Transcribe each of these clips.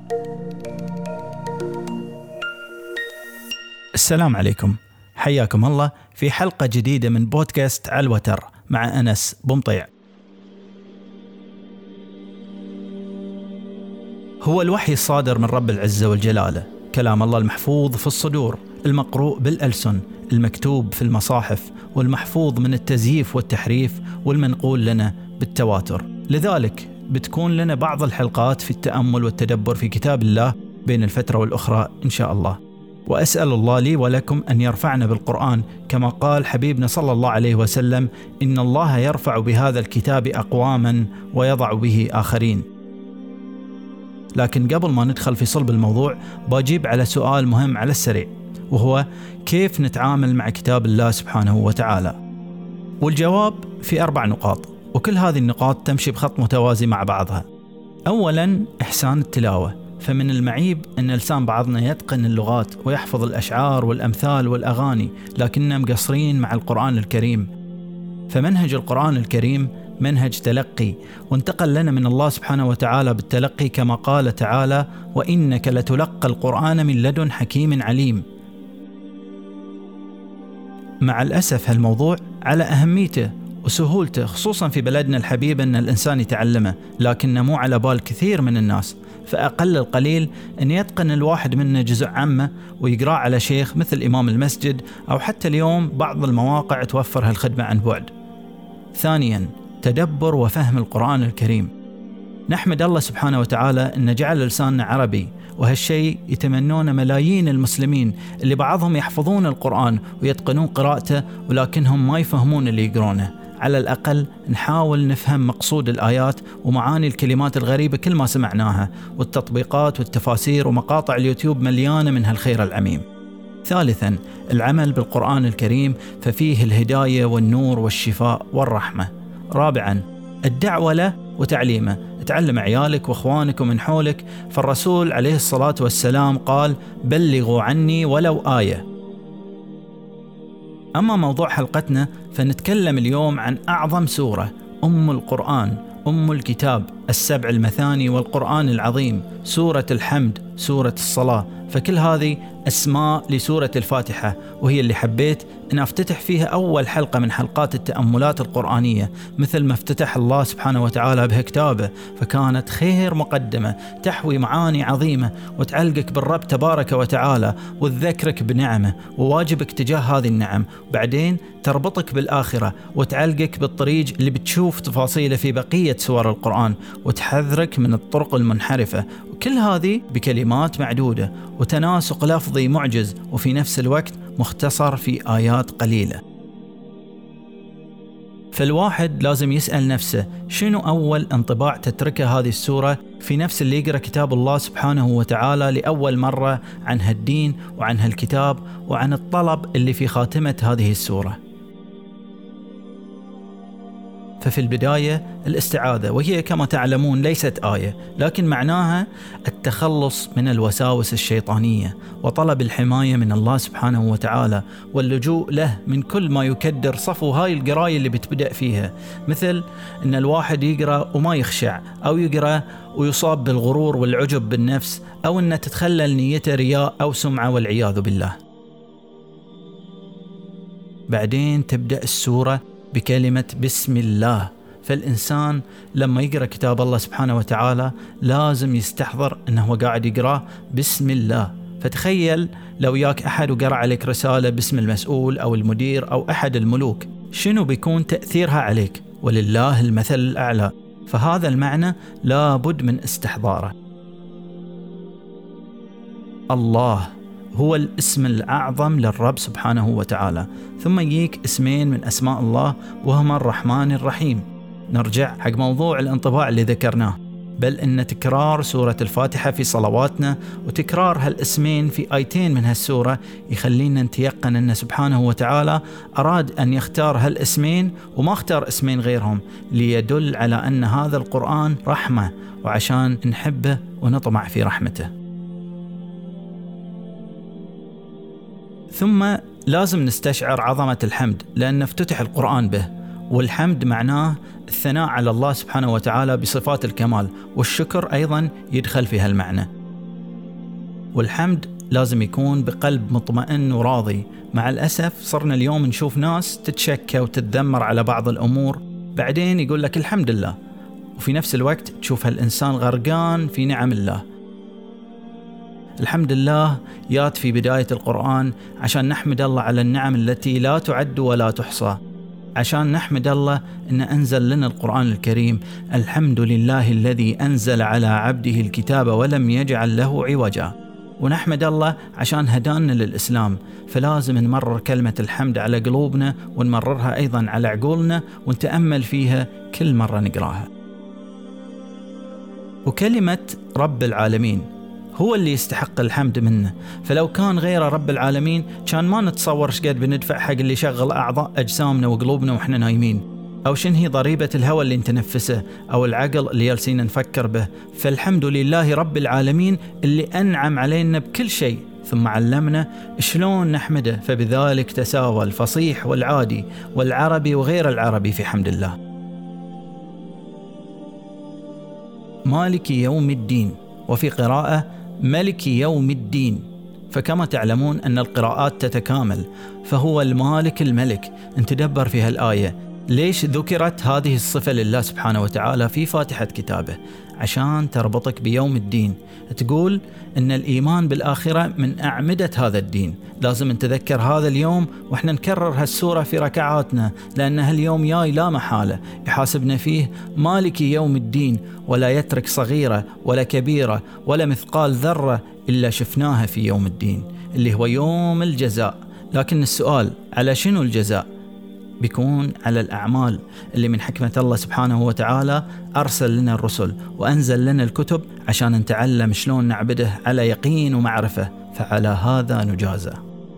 السلام عليكم، حياكم الله في حلقة جديدة من بودكاست على الوتر مع أنس بمطيع. هو الوحي الصادر من رب العزة والجلالة، كلام الله المحفوظ في الصدور، المقروء بالألسن، المكتوب في المصاحف، والمحفوظ من التزييف والتحريف، والمنقول لنا بالتواتر. لذلك بتكون لنا بعض الحلقات في التأمل والتدبر في كتاب الله بين الفترة والأخرى إن شاء الله. وأسأل الله لي ولكم أن يرفعنا بالقرآن كما قال حبيبنا صلى الله عليه وسلم: إن الله يرفع بهذا الكتاب أقواما ويضع به آخرين. لكن قبل ما ندخل في صلب الموضوع بجيب على سؤال مهم على السريع، وهو كيف نتعامل مع كتاب الله سبحانه وتعالى؟ والجواب في 4 نقاط، وكل هذه النقاط تمشي بخط متوازي مع بعضها. أولا، إحسان التلاوة. فمن المعيب أن لسان بعضنا يتقن اللغات ويحفظ الأشعار والأمثال والأغاني، لكننا مقصرين مع القرآن الكريم. فمنهج القرآن الكريم منهج تلقي، وانتقل لنا من الله سبحانه وتعالى بالتلقي كما قال تعالى: وإنك لتلقى القرآن من لدن حكيم عليم. مع الأسف هالموضوع على أهميته وسهولته، خصوصا في بلدنا الحبيب أن الإنسان يتعلمه، لكنه مو على بال كثير من الناس. فأقل القليل أن يتقن الواحد منا جزء عامة ويقرأ على شيخ مثل إمام المسجد، أو حتى اليوم بعض المواقع توفر هالخدمة عن بعد. ثانيا، تدبر وفهم القرآن الكريم. نحمد الله سبحانه وتعالى أن جعل لساننا عربي، وهالشيء يتمنون ملايين المسلمين اللي بعضهم يحفظون القرآن ويتقنون قراءته، ولكنهم ما يفهمون اللي يقرونه. على الأقل نحاول نفهم مقصود الآيات ومعاني الكلمات الغريبة كل ما سمعناها، والتطبيقات والتفاسير ومقاطع اليوتيوب مليانة من هالخير العميم. ثالثا، العمل بالقرآن الكريم، ففيه الهداية والنور والشفاء والرحمة. رابعا، الدعوة له وتعليمه. تعلم عيالك واخوانك ومن حولك، فالرسول عليه الصلاة والسلام قال: بلغوا عني ولو آية. أما موضوع حلقتنا فنتكلم اليوم عن أعظم سورة، أم القرآن، أم الكتاب، 7 المثاني والقرآن العظيم، سورة الحمد، سورة الصلاة. فكل هذه أسماء لسورة الفاتحة، وهي اللي حبيت أن أفتتح فيها أول حلقة من حلقات التأملات القرآنية، مثل ما افتتح الله سبحانه وتعالى بها كتابه. فكانت خير مقدمة تحوي معاني عظيمة، وتعلقك بالرب تبارك وتعالى، وتذكرك بنعمه وواجبك تجاه هذه النعم، وبعدين تربطك بالآخرة وتعلقك بالطريق اللي بتشوف تفاصيله في بقية سور القرآن، وتحذرك من الطرق المنحرفة. وكل هذه بكلمات معدودة وتناسق لفظي معجز، وفي نفس الوقت مختصر في آيات قليلة. فالواحد لازم يسأل نفسه: شنو أول انطباع تتركه هذه السورة في نفس اللي يقرأ كتاب الله سبحانه وتعالى لأول مرة عن هالدين وعن هالكتاب وعن الطلب اللي في خاتمة هذه السورة؟ ففي البداية الاستعاذة، وهي كما تعلمون ليست آية، لكن معناها التخلص من الوساوس الشيطانية، وطلب الحماية من الله سبحانه وتعالى، واللجوء له من كل ما يكدر صفو هاي القراية اللي بتبدأ فيها، مثل أن الواحد يقرأ وما يخشع، أو يقرأ ويصاب بالغرور والعجب بالنفس، أو أن تتخلل نيته رياء أو سمعة والعياذ بالله. بعدين تبدأ السورة بكلمة بسم الله. فالإنسان لما يقرأ كتاب الله سبحانه وتعالى لازم يستحضر أنه قاعد يقرأ بسم الله. فتخيل لو ياك أحد وقرأ عليك رسالة باسم المسؤول أو المدير أو أحد الملوك، شنو بيكون تأثيرها عليك؟ ولله المثل الأعلى. فهذا المعنى لا بد من استحضاره. الله هو الاسم الأعظم للرب سبحانه وتعالى، ثم يجيك اسمين من أسماء الله وهما الرحمن الرحيم. نرجع حق موضوع الانطباع اللي ذكرناه، بل إن تكرار سورة الفاتحة في صلواتنا وتكرار هالاسمين في آيتين من هالسورة يخلينا نتيقن أن سبحانه وتعالى أراد أن يختار هالاسمين وما اختار اسمين غيرهم، ليدل على أن هذا القرآن رحمة، وعشان نحبه ونطمع في رحمته. ثم لازم نستشعر عظمة الحمد، لأن افتتح القرآن به، والحمد معناه الثناء على الله سبحانه وتعالى بصفات الكمال، والشكر أيضا يدخل في هالمعنى. والحمد لازم يكون بقلب مطمئن وراضي. مع الأسف صرنا اليوم نشوف ناس تتشكى وتتذمر على بعض الأمور، بعدين يقول لك الحمد لله، وفي نفس الوقت تشوف هالإنسان غرقان في نعم الله. الحمد لله يات في بداية القرآن عشان نحمد الله على النعم التي لا تعد ولا تحصى، عشان نحمد الله إن أنزل لنا القرآن الكريم. الحمد لله الذي أنزل على عبده الكتاب ولم يجعل له عوجا. ونحمد الله عشان هدانا للإسلام، فلازم نمرر كلمة الحمد على قلوبنا ونمررها أيضا على عقولنا ونتأمل فيها كل مرة نقراها. وكلمة رب العالمين هو اللي يستحق الحمد منه، فلو كان غير رب العالمين كان ما نتصور شقد بندفع حق اللي يشغل أعضاء أجسامنا وقلوبنا وإحنا نايمين، أو شنهي ضريبة الهواء اللي نتنفسه، أو العقل اللي يلسينا نفكر به. فالحمد لله رب العالمين اللي أنعم علينا بكل شيء، ثم علمنا شلون نحمده، فبذلك تساوى الفصيح والعادي والعربي وغير العربي في حمد الله. مالك يوم الدين، وفي قراءة ملك يوم الدين. فكما تعلمون أن القراءات تتكامل، فهو المالك الملك. نتدبر في هالآية، ليش ذكرت هذه الصفة لله سبحانه وتعالى في فاتحة كتابه؟ عشان تربطك بيوم الدين، تقول إن الإيمان بالآخرة من أعمدة هذا الدين. لازم نتذكر هذا اليوم وإحنا نكرر هالسورة في ركعاتنا، لأن هاليوم جاي لا محالة يحاسبنا فيه مالك يوم الدين، ولا يترك صغيرة ولا كبيرة ولا مثقال ذرة إلا شفناها في يوم الدين اللي هو يوم الجزاء. لكن السؤال على شنو الجزاء؟ بيكون على الأعمال اللي من حكمة الله سبحانه وتعالى أرسل لنا الرسل وأنزل لنا الكتب عشان نتعلم شلون نعبده على يقين ومعرفة، فعلى هذا نجازى.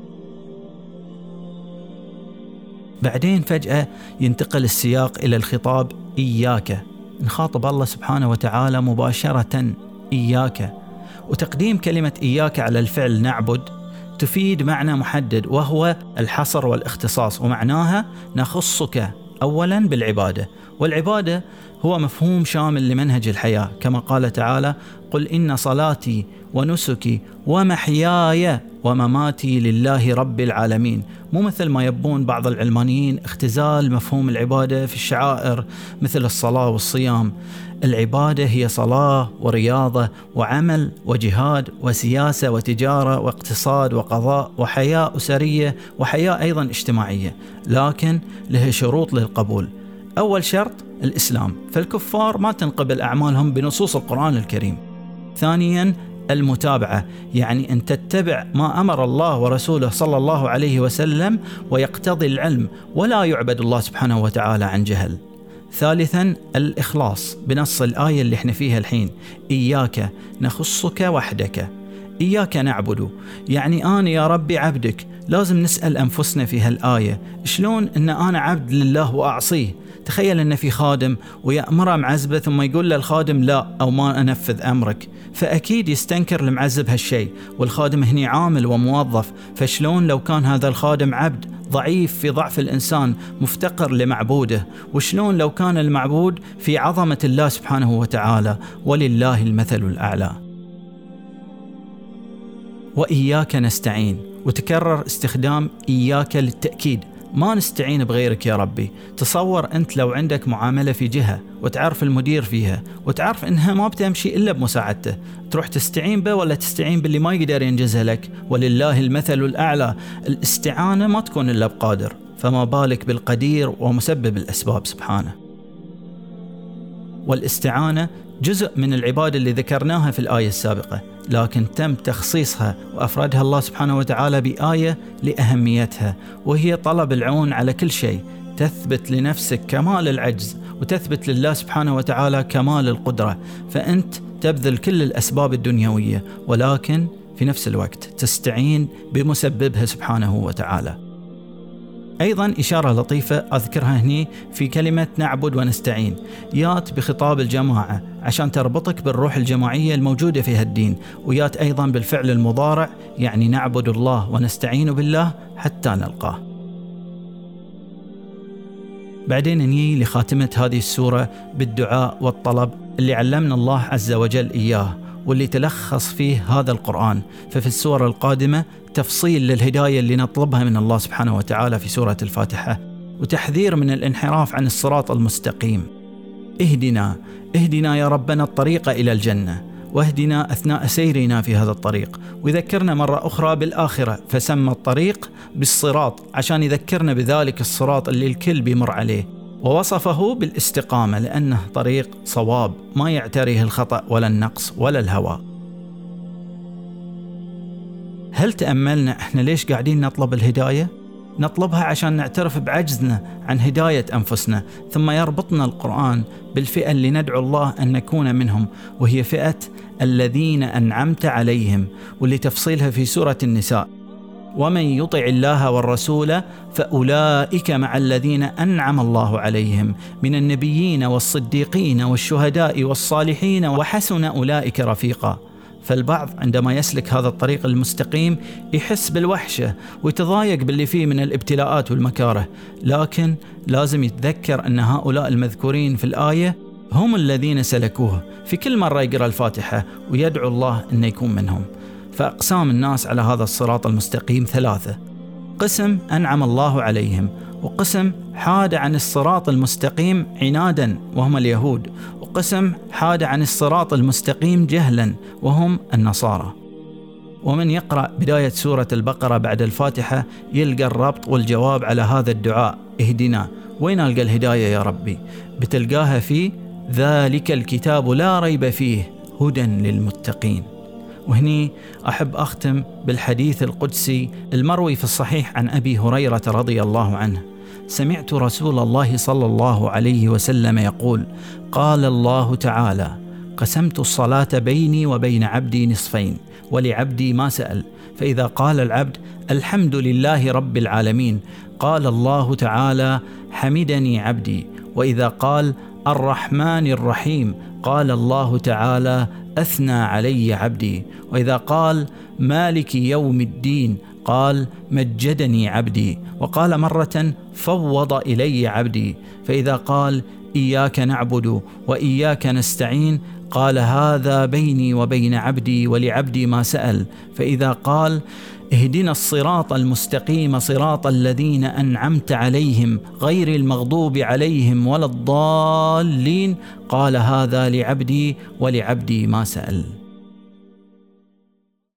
بعدين فجأة ينتقل السياق إلى الخطاب إياك، نخاطب الله سبحانه وتعالى مباشرة إياك. وتقديم كلمة إياك على الفعل نعبد تفيد معنى محدد، وهو الحصر والاختصاص، ومعناها نخصك أولا بالعبادة. والعبادة هو مفهوم شامل لمنهج الحياة، كما قال تعالى قل إن صلاتي ونسكي ومحياي ومماتي لله رب العالمين. مو مثل ما يبون بعض العلمانيين اختزال مفهوم العبادة في الشعائر مثل الصلاة والصيام. العبادة هي صلاة ورياضة وعمل وجهاد وسياسة وتجارة واقتصاد وقضاء وحياة أسرية وحياة أيضا اجتماعية، لكن لها شروط للقبول. أول شرط الإسلام، فالكفار ما تنقبل أعمالهم بنصوص القرآن الكريم. ثانيا المتابعة، يعني أن تتبع ما أمر الله ورسوله صلى الله عليه وسلم ويقتضي العلم، ولا يعبد الله سبحانه وتعالى عن جهل. ثالثا الإخلاص بنص الآية اللي احنا فيها الحين، إياك نخصك وحدك. إياك نعبد يعني أنا يا ربي عبدك. لازم نسأل أنفسنا في هالآية، شلون أن أنا عبد لله وأعصيه؟ تخيل أن في خادم ويأمره معزبة ثم يقول للخادم لا أو ما أنفذ أمرك، فأكيد يستنكر المعزب هالشيء، والخادم هني عامل وموظف. فشلون لو كان هذا الخادم عبد ضعيف في ضعف الإنسان مفتقر لمعبوده؟ وشلون لو كان المعبود في عظمة الله سبحانه وتعالى؟ ولله المثل الأعلى. وإياك نستعين، وتكرر استخدام إياك للتأكيد، ما نستعين بغيرك يا ربي. تصور أنت لو عندك معاملة في جهة وتعرف المدير فيها وتعرف إنها ما بتمشي إلا بمساعدته، تروح تستعين به ولا تستعين باللي ما يقدر ينجزها لك؟ ولله المثل الأعلى. الاستعانة ما تكون إلا بقادر، فما بالك بالقدير ومسبب الأسباب سبحانه. والاستعانة جزء من العبادة اللي ذكرناها في الآية السابقة، لكن تم تخصيصها وأفردها الله سبحانه وتعالى بآية لأهميتها، وهي طلب العون على كل شيء. تثبت لنفسك كمال العجز وتثبت لله سبحانه وتعالى كمال القدرة، فأنت تبذل كل الأسباب الدنيوية، ولكن في نفس الوقت تستعين بمسببها سبحانه وتعالى. أيضا إشارة لطيفة أذكرها هني في كلمة نعبد ونستعين، يات بخطاب الجماعة عشان تربطك بالروح الجماعية الموجودة في هالدين، ويات أيضا بالفعل المضارع، يعني نعبد الله ونستعين بالله حتى نلقاه. بعدين نجي لخاتمة هذه السورة بالدعاء والطلب اللي علمنا الله عز وجل إياه، واللي تلخص فيه هذا القرآن. ففي السورة القادمة تفصيل للهداية اللي نطلبها من الله سبحانه وتعالى في سورة الفاتحة، وتحذير من الانحراف عن الصراط المستقيم. اهدنا يا ربنا الطريق إلى الجنة، واهدنا أثناء سيرنا في هذا الطريق. ويذكرنا مرة أخرى بالآخرة، فسمى الطريق بالصراط عشان يذكرنا بذلك الصراط اللي الكل بيمر عليه، ووصفه بالاستقامة لأنه طريق صواب ما يعتريه الخطأ ولا النقص ولا الهوى. هل تأملنا إحنا ليش قاعدين نطلب الهداية؟ نطلبها عشان نعترف بعجزنا عن هداية أنفسنا، ثم يربطنا القرآن بالفئة اللي ندعو الله أن نكون منهم، وهي فئة الذين أنعمت عليهم، واللي تفصيلها في سورة النساء: ومن يطع الله والرسول فأولئك مع الذين أنعم الله عليهم من النبيين والصديقين والشهداء والصالحين وحسن أولئك رفيقا. فالبعض عندما يسلك هذا الطريق المستقيم يحس بالوحشة ويتضايق باللي فيه من الابتلاءات والمكاره، لكن لازم يتذكر أن هؤلاء المذكورين في الآية هم الذين سلكوه في كل مرة يقرأ الفاتحة ويدعو الله أن يكون منهم. فأقسام الناس على هذا الصراط المستقيم 3: قسم أنعم الله عليهم، وقسم حاد عن الصراط المستقيم عنادا وهم اليهود، وقسم حاد عن الصراط المستقيم جهلا وهم النصارى. ومن يقرأ بداية سورة البقرة بعد الفاتحة يلقى الربط والجواب على هذا الدعاء: اهدنا. وين ألقى الهداية يا ربي؟ بتلقاها في ذلك الكتاب لا ريب فيه هدى للمتقين. وهني أحب أختم بالحديث القدسي المروي في الصحيح عن أبي هريرة رضي الله عنه: سمعت رسول الله صلى الله عليه وسلم يقول: قال الله تعالى: قسمت الصلاة بيني وبين عبدي نصفين، ولعبدي ما سأل، فإذا قال العبد الحمد لله رب العالمين قال الله تعالى: حمدني عبدي، وإذا قال الرحمن الرحيم قال الله تعالى: أثنى علي عبدي، وإذا قال مالك يوم الدين قال: مجدني عبدي، وقال مرة: فوض إلي عبدي، فإذا قال إياك نعبد وإياك نستعين قال: هذا بيني وبين عبدي ولعبدي ما سأل، فإذا قال اهدنا الصراط المستقيم صراط الذين أنعمت عليهم غير المغضوب عليهم ولا الضالين قال: هذا لعبدي ولعبدي ما سأل.